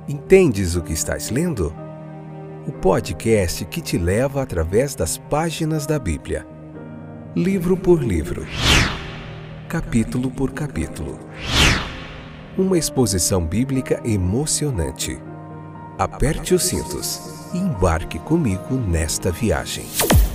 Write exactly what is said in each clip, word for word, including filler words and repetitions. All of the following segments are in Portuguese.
Entendes o que estás lendo? O podcast que te leva através das páginas da Bíblia, livro por livro, capítulo por capítulo. Uma exposição bíblica emocionante. Aperte os cintos e embarque comigo nesta viagem.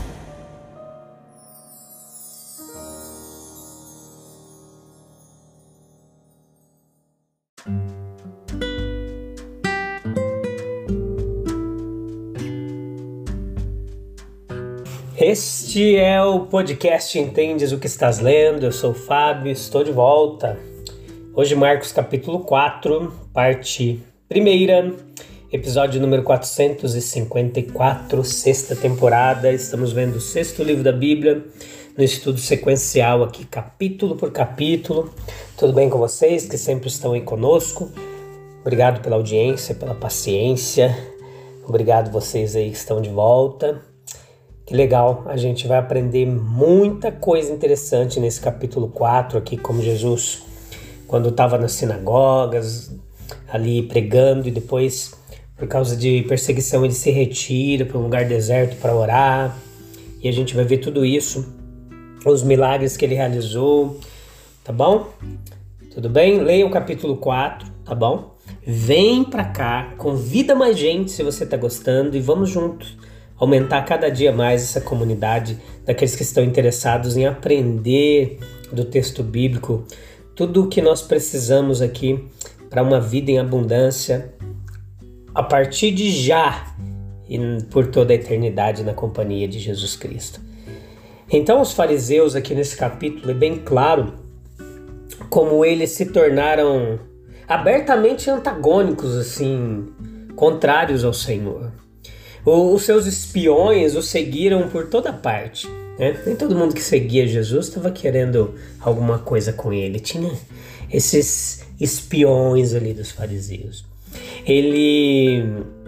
Este é o podcast Entendes o que estás lendo? Eu sou o Fábio, estou de volta. Hoje Marcos capítulo quatro, parte primeira, episódio número quatrocentos e cinquenta e quatro, sexta temporada. Estamos vendo o sexto livro da Bíblia, no estudo sequencial aqui, capítulo por capítulo. Tudo bem com vocês que sempre estão aí conosco? Obrigado pela audiência, pela paciência. Obrigado vocês aí que estão de volta. Que legal, a gente vai aprender muita coisa interessante nesse capítulo quatro aqui, como Jesus, quando estava nas sinagogas, ali pregando, e depois, por causa de perseguição, ele se retira para um lugar deserto para orar, e a gente vai ver tudo isso, os milagres que ele realizou, tá bom? Tudo bem? Leia o capítulo quatro, tá bom? Vem pra cá, convida mais gente se você tá gostando, e vamos juntos aumentar cada dia mais essa comunidade daqueles que estão interessados em aprender do texto bíblico, tudo o que nós precisamos aqui para uma vida em abundância a partir de já e por toda a eternidade na companhia de Jesus Cristo. Então os fariseus aqui nesse capítulo é bem claro como eles se tornaram abertamente antagônicos, assim, contrários ao Senhor. Os seus espiões o seguiram por toda parte, né? Nem todo mundo que seguia Jesus estava querendo alguma coisa com ele. Tinha esses espiões ali dos fariseus. Ele,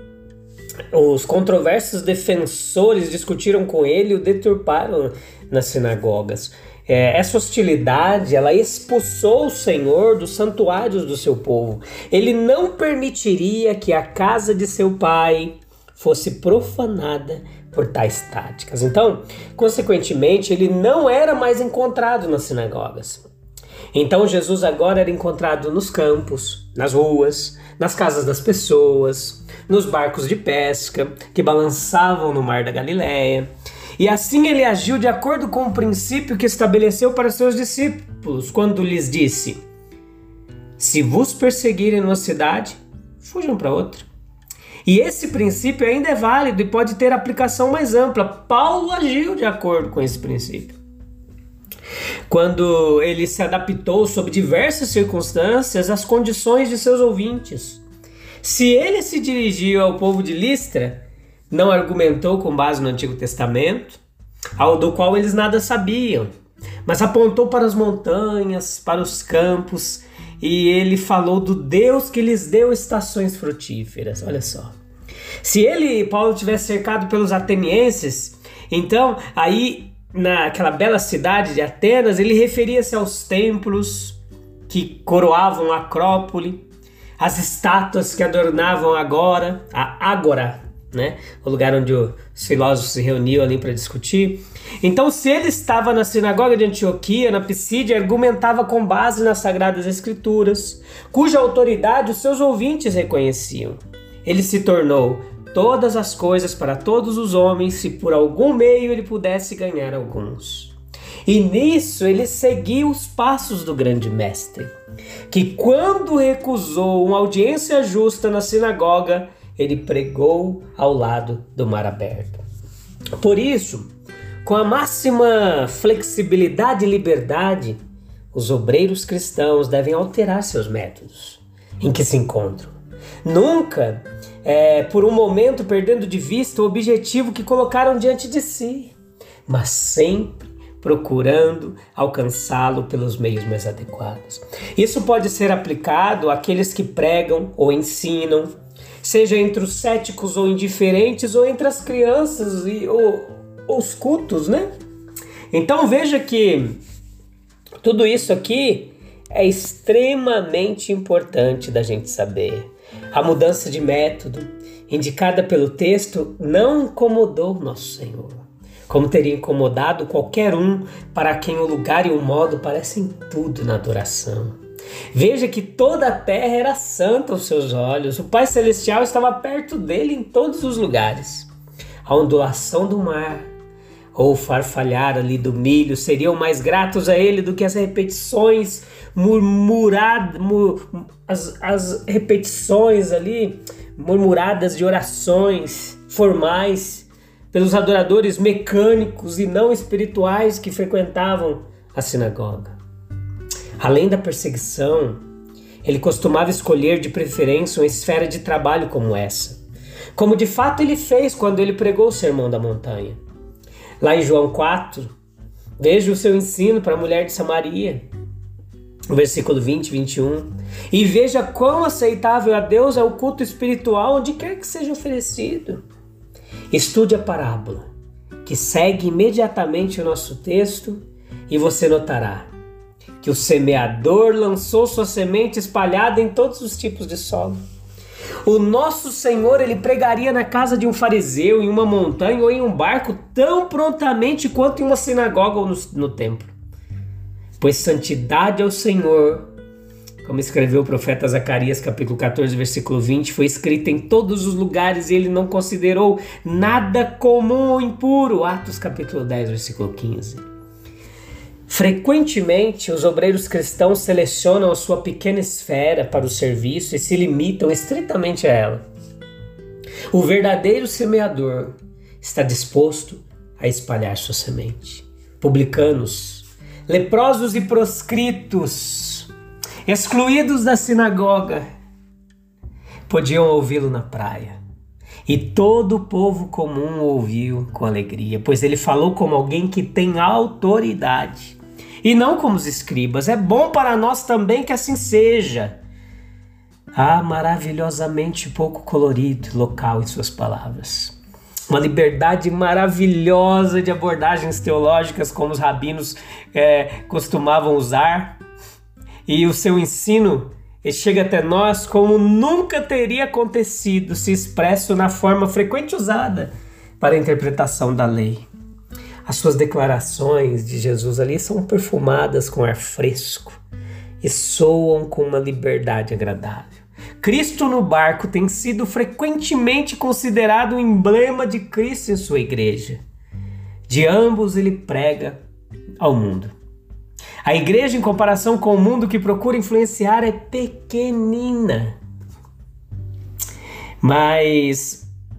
os controversos defensores discutiram com ele e o deturparam nas sinagogas. É, essa hostilidade, ela expulsou o Senhor dos santuários do seu povo. Ele não permitiria que a casa de seu pai fosse profanada por tais táticas. Então, consequentemente, ele não era mais encontrado nas sinagogas. Então, Jesus agora era encontrado nos campos, nas ruas, nas casas das pessoas, nos barcos de pesca que balançavam no mar da Galileia. E assim ele agiu de acordo com o princípio que estabeleceu para seus discípulos, quando lhes disse: se vos perseguirem numa cidade, fujam para outra. E esse princípio ainda é válido e pode ter aplicação mais ampla. Paulo agiu de acordo com esse princípio, quando ele se adaptou sob diversas circunstâncias às condições de seus ouvintes. Se ele se dirigiu ao povo de Listra, não argumentou com base no Antigo Testamento, ao do qual eles nada sabiam, mas apontou para as montanhas, para os campos, e ele falou do Deus que lhes deu estações frutíferas. Olha só. Se ele, Paulo, tivesse cercado pelos atenienses, então aí naquela bela cidade de Atenas, ele referia-se aos templos que coroavam a Acrópole, as estátuas que adornavam agora, a Ágora, né? O lugar onde os filósofos se reuniam ali para discutir. Então, se ele estava na sinagoga de Antioquia, na Pisídia, argumentava com base nas Sagradas Escrituras, cuja autoridade os seus ouvintes reconheciam. Ele se tornou todas as coisas para todos os homens, se por algum meio ele pudesse ganhar alguns. E nisso ele seguiu os passos do grande mestre, que quando recusou uma audiência justa na sinagoga, ele pregou ao lado do mar aberto. Por isso, com a máxima flexibilidade e liberdade, os obreiros cristãos devem alterar seus métodos em que se encontram. Nunca, é, por um momento, perdendo de vista o objetivo que colocaram diante de si, mas sempre procurando alcançá-lo pelos meios mais adequados. Isso pode ser aplicado àqueles que pregam ou ensinam, seja entre os céticos ou indiferentes, ou entre as crianças e ou, os cultos, né? Então veja que tudo isso aqui é extremamente importante da gente saber. A mudança de método indicada pelo texto não incomodou nosso Senhor, como teria incomodado qualquer um para quem o lugar e o modo parecem tudo na adoração. Veja que toda a terra era santa aos seus olhos. O Pai Celestial estava perto dele em todos os lugares. A ondulação do mar ou o farfalhar ali do milho seriam mais gratos a ele do que as repetições murmuradas, mur, as, as repetições ali murmuradas de orações formais pelos adoradores mecânicos e não espirituais que frequentavam a sinagoga. Além da perseguição, ele costumava escolher de preferência uma esfera de trabalho como essa, como de fato ele fez quando ele pregou o Sermão da Montanha. Lá em João quatro, veja o seu ensino para a mulher de Samaria, no versículo vinte e vinte e um, e veja quão aceitável a Deus é o culto espiritual onde quer que seja oferecido. Estude a parábola, que segue imediatamente o nosso texto, e você notará que o semeador lançou sua semente espalhada em todos os tipos de solo. O nosso Senhor, ele pregaria na casa de um fariseu, em uma montanha ou em um barco tão prontamente quanto em uma sinagoga ou no, no templo. Pois santidade ao Senhor, como escreveu o profeta Zacarias, capítulo catorze, versículo vinte, foi escrita em todos os lugares e ele não considerou nada comum ou impuro. Atos, capítulo dez, versículo quinze. Frequentemente, os obreiros cristãos selecionam a sua pequena esfera para o serviço e se limitam estritamente a ela. O verdadeiro semeador está disposto a espalhar sua semente. Publicanos, leprosos e proscritos, excluídos da sinagoga, podiam ouvi-lo na praia. E todo o povo comum o ouviu com alegria, pois ele falou como alguém que tem autoridade, e não como os escribas. É bom para nós também que assim seja. Ah, maravilhosamente pouco colorido, local em suas palavras. Uma liberdade maravilhosa de abordagens teológicas como os rabinos é, costumavam usar. E o seu ensino chega até nós como nunca teria acontecido se expresso na forma frequente usada para a interpretação da lei. As suas declarações de Jesus ali são perfumadas com ar fresco e soam com uma liberdade agradável. Cristo no barco tem sido frequentemente considerado o emblema de Cristo em sua igreja. De ambos ele prega ao mundo. A igreja, em comparação com o mundo que procura influenciar, é pequenina. Mas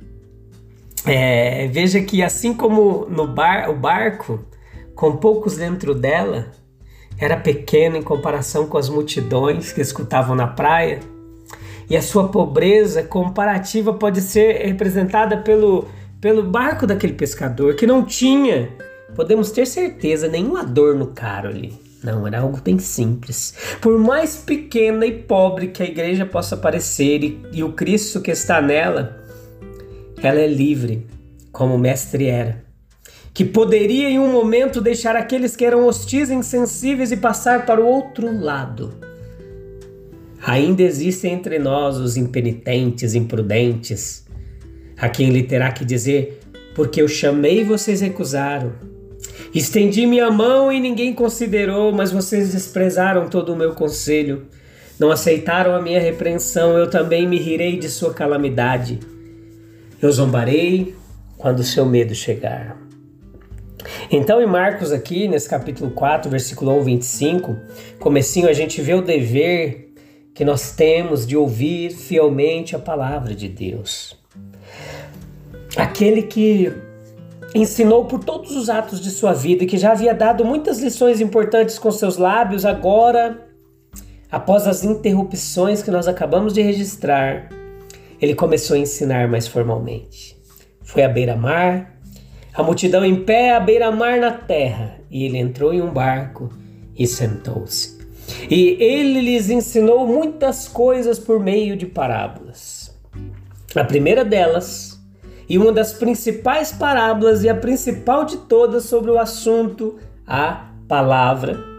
é, veja que assim como no bar, o barco, com poucos dentro dela, era pequeno em comparação com as multidões que escutavam na praia, e a sua pobreza comparativa pode ser representada pelo, pelo barco daquele pescador, que não tinha, podemos ter certeza, nenhum adorno caro ali. Não, era algo bem simples. Por mais pequena e pobre que a igreja possa parecer, e, e o Cristo que está nela, ela é livre, como o mestre era, que poderia em um momento deixar aqueles que eram hostis e insensíveis e passar para o outro lado. Ainda existem entre nós os impenitentes, imprudentes, a quem ele terá que dizer: porque eu chamei e vocês recusaram. Estendi minha mão e ninguém considerou, mas vocês desprezaram todo o meu conselho. Não aceitaram a minha repreensão, eu também me rirei de sua calamidade. Eu zombarei quando o seu medo chegar. Então, em Marcos aqui, nesse capítulo quatro, versículo um, vinte e cinco, comecinho, a gente vê o dever que nós temos de ouvir fielmente a palavra de Deus. Aquele que ensinou por todos os atos de sua vida e que já havia dado muitas lições importantes com seus lábios, agora, após as interrupções que nós acabamos de registrar, ele começou a ensinar mais formalmente. Foi à beira-mar, a multidão em pé à beira-mar na terra, e ele entrou em um barco e sentou-se. E ele lhes ensinou muitas coisas por meio de parábolas. A primeira delas, e uma das principais parábolas e a principal de todas sobre o assunto, a palavra,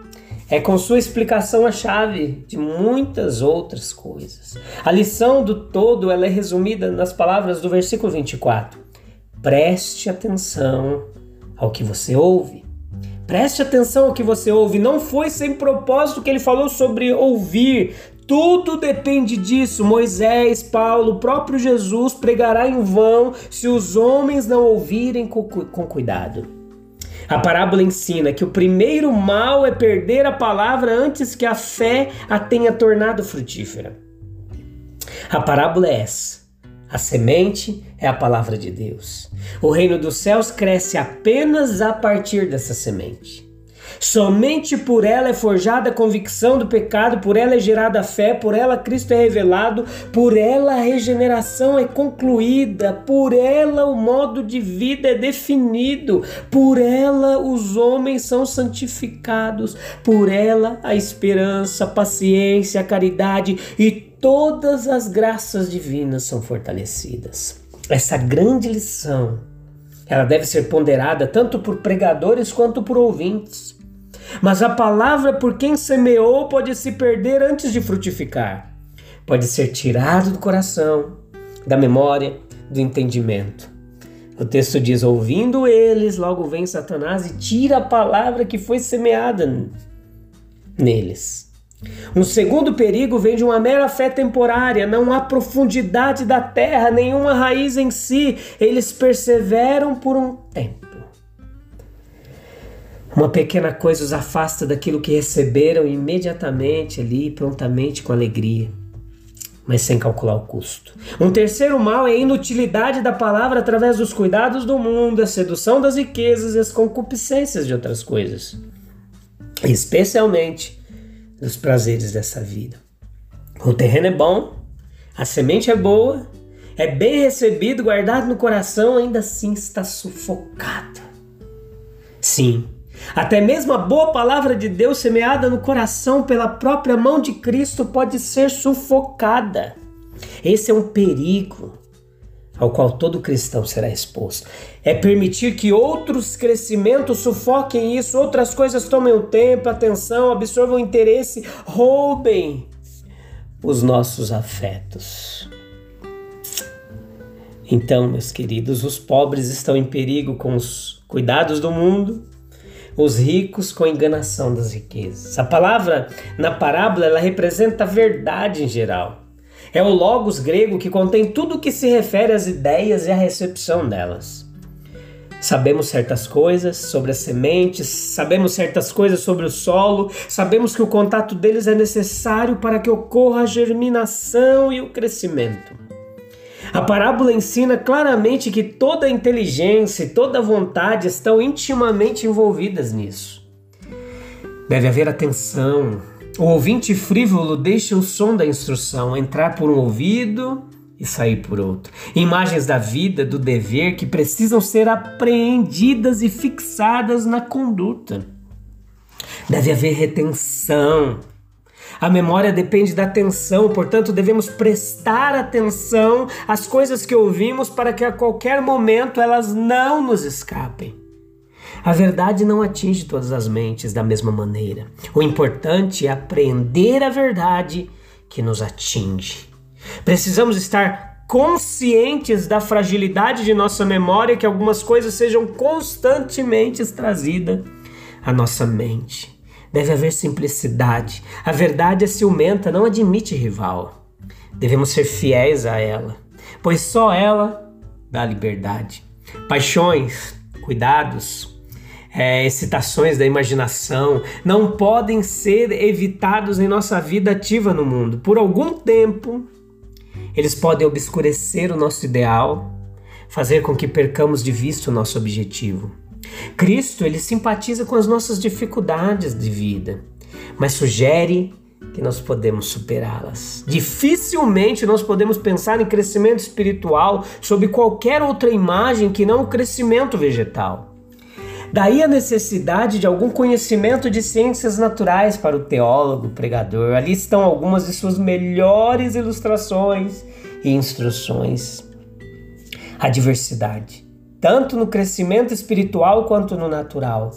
é com sua explicação a chave de muitas outras coisas. A lição do todo ela é resumida nas palavras do versículo vinte e quatro. Preste atenção ao que você ouve. Preste atenção ao que você ouve. Não foi sem propósito que ele falou sobre ouvir. Tudo depende disso. Moisés, Paulo, o próprio Jesus pregará em vão se os homens não ouvirem com, com cuidado. A parábola ensina que o primeiro mal é perder a palavra antes que a fé a tenha tornado frutífera. A parábola é essa. A semente é a palavra de Deus. O reino dos céus cresce apenas a partir dessa semente. Somente por ela é forjada a convicção do pecado, por ela é gerada a fé, por ela Cristo é revelado, por ela a regeneração é concluída, por ela o modo de vida é definido, por ela os homens são santificados, por ela a esperança, a paciência, a caridade e todas as graças divinas são fortalecidas. Essa grande lição, ela deve ser ponderada tanto por pregadores quanto por ouvintes. Mas a palavra por quem semeou pode se perder antes de frutificar. Pode ser tirado do coração, da memória, do entendimento. O texto diz, ouvindo eles, logo vem Satanás e tira a palavra que foi semeada neles. Um segundo perigo vem de uma mera fé temporária, não há profundidade da terra, nenhuma raiz em si. Eles perseveram por um tempo. Uma pequena coisa os afasta daquilo que receberam imediatamente ali, prontamente, com alegria, mas sem calcular o custo. Um terceiro mal é a inutilidade da palavra através dos cuidados do mundo, a sedução das riquezas e as concupiscências de outras coisas, especialmente dos prazeres dessa vida. O terreno é bom, a semente é boa, é bem recebido, guardado no coração, ainda assim está sufocado. Sim, até mesmo a boa palavra de Deus semeada no coração pela própria mão de Cristo pode ser sufocada. Esse é um perigo ao qual todo cristão será exposto. É permitir que outros crescimentos sufoquem isso, outras coisas tomem o tempo, a atenção, absorvam o interesse, roubem os nossos afetos. Então, meus queridos, os pobres estão em perigo com os cuidados do mundo, os ricos com a enganação das riquezas. A palavra na parábola ela representa a verdade em geral. É o logos grego que contém tudo o que se refere às ideias e à recepção delas. Sabemos certas coisas sobre as sementes, sabemos certas coisas sobre o solo, sabemos que o contato deles é necessário para que ocorra a germinação e o crescimento. A parábola ensina claramente que toda a inteligência e toda a vontade estão intimamente envolvidas nisso. Deve haver atenção. O ouvinte frívolo deixa o som da instrução entrar por um ouvido e sair por outro. Imagens da vida, do dever que precisam ser apreendidas e fixadas na conduta. Deve haver retenção. A memória depende da atenção, portanto devemos prestar atenção às coisas que ouvimos para que a qualquer momento elas não nos escapem. A verdade não atinge todas as mentes da mesma maneira. O importante é apreender a verdade que nos atinge. Precisamos estar conscientes da fragilidade de nossa memória, que algumas coisas sejam constantemente trazidas à nossa mente. Deve haver simplicidade. A verdade é ciumenta, não admite rival. Devemos ser fiéis a ela, pois só ela dá liberdade. Paixões, cuidados, é, excitações da imaginação não podem ser evitados em nossa vida ativa no mundo. Por algum tempo, eles podem obscurecer o nosso ideal, fazer com que percamos de vista o nosso objetivo. Cristo, ele simpatiza com as nossas dificuldades de vida, mas sugere que nós podemos superá-las. Dificilmente nós podemos pensar em crescimento espiritual sob qualquer outra imagem que não o crescimento vegetal. Daí a necessidade de algum conhecimento de ciências naturais para o teólogo, pregador. Ali estão algumas de suas melhores ilustrações e instruções. A diversidade, tanto no crescimento espiritual quanto no natural.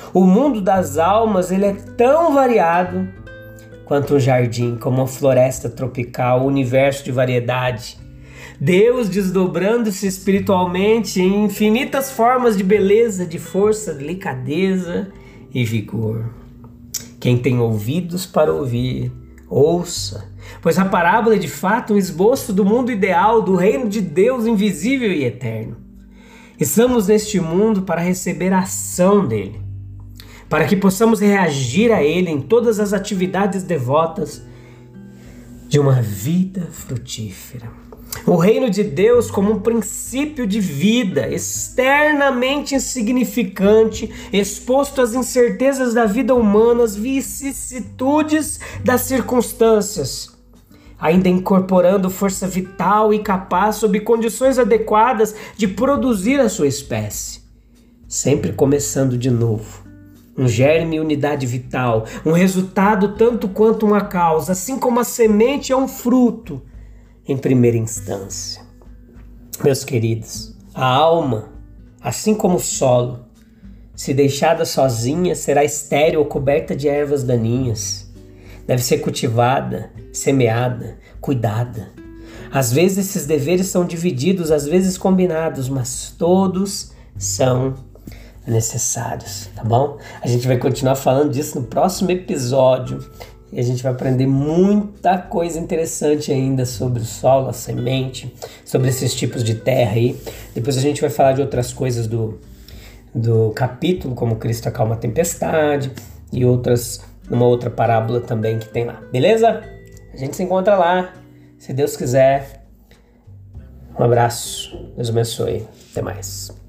O mundo das almas, ele é tão variado quanto um jardim, como uma floresta tropical, um universo de variedade. Deus desdobrando-se espiritualmente em infinitas formas de beleza, de força, delicadeza e vigor. Quem tem ouvidos para ouvir, ouça, pois a parábola é de fato um esboço do mundo ideal, do reino de Deus invisível e eterno. Estamos neste mundo para receber a ação dele, para que possamos reagir a ele em todas as atividades devotas de uma vida frutífera. O reino de Deus como um princípio de vida externamente insignificante, exposto às incertezas da vida humana, às vicissitudes das circunstâncias, ainda incorporando força vital e capaz sob condições adequadas de produzir a sua espécie, sempre começando de novo. Um germe e unidade vital, um resultado tanto quanto uma causa, assim como a semente é um fruto em primeira instância. Meus queridos, a alma, assim como o solo, se deixada sozinha, será estéril ou coberta de ervas daninhas. Deve ser cultivada, semeada, cuidada. Às vezes esses deveres são divididos, às vezes combinados, mas todos são necessários, tá bom? A gente vai continuar falando disso no próximo episódio e a gente vai aprender muita coisa interessante ainda sobre o solo, a semente, sobre esses tipos de terra aí. Depois a gente vai falar de outras coisas do, do capítulo, como Cristo acalma a tempestade e outras, numa outra parábola também que tem lá, beleza? A gente se encontra lá, se Deus quiser. Um abraço, Deus abençoe, até mais.